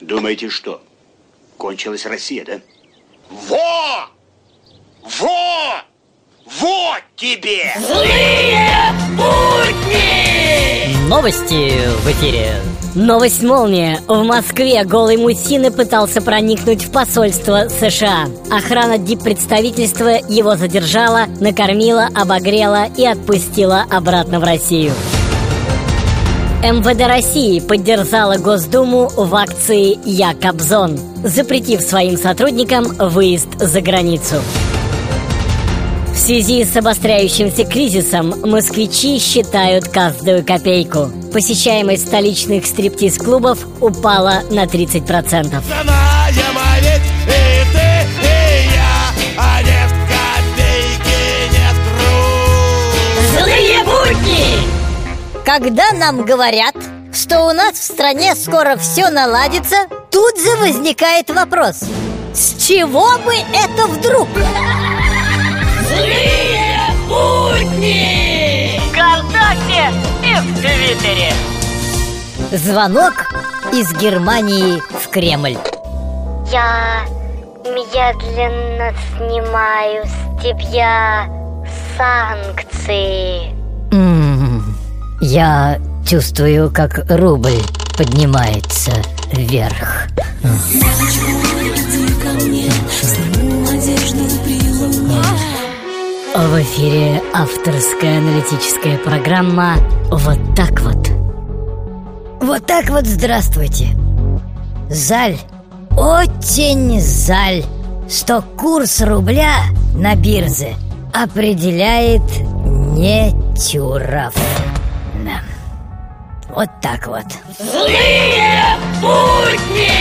Думаете, что? Кончилась Россия, да? Во! Во! Вот тебе! Злые будни! Новости в эфире. Новость «Молния». В Москве голый мужчина пытался проникнуть в посольство США. Охрана диппредставительства его задержала, накормила, обогрела и отпустила обратно в Россию. МВД России поддержала Госдуму в акции «Я Кобзон», запретив своим сотрудникам выезд за границу. В связи с обостряющимся кризисом москвичи считают каждую копейку. Посещаемость столичных стриптиз-клубов упала на 30%. Знаем, а ведь и ты, и я, а нет копейки, нет рук. Злые будни! Когда нам говорят, что у нас в стране скоро все наладится, тут же возникает вопрос: с чего бы это вдруг? Злые будни! ВКонтакте и в Твиттере. Звонок из Германии в Кремль. Я медленно снимаю с тебя санкции. Я чувствую, как рубль поднимается вверх. В эфире авторская аналитическая программа «Вот так вот». Вот так вот, здравствуйте. Жаль, очень жаль, что курс рубля на бирже определяет не Тюров. Да. Вот так вот. Злые будни!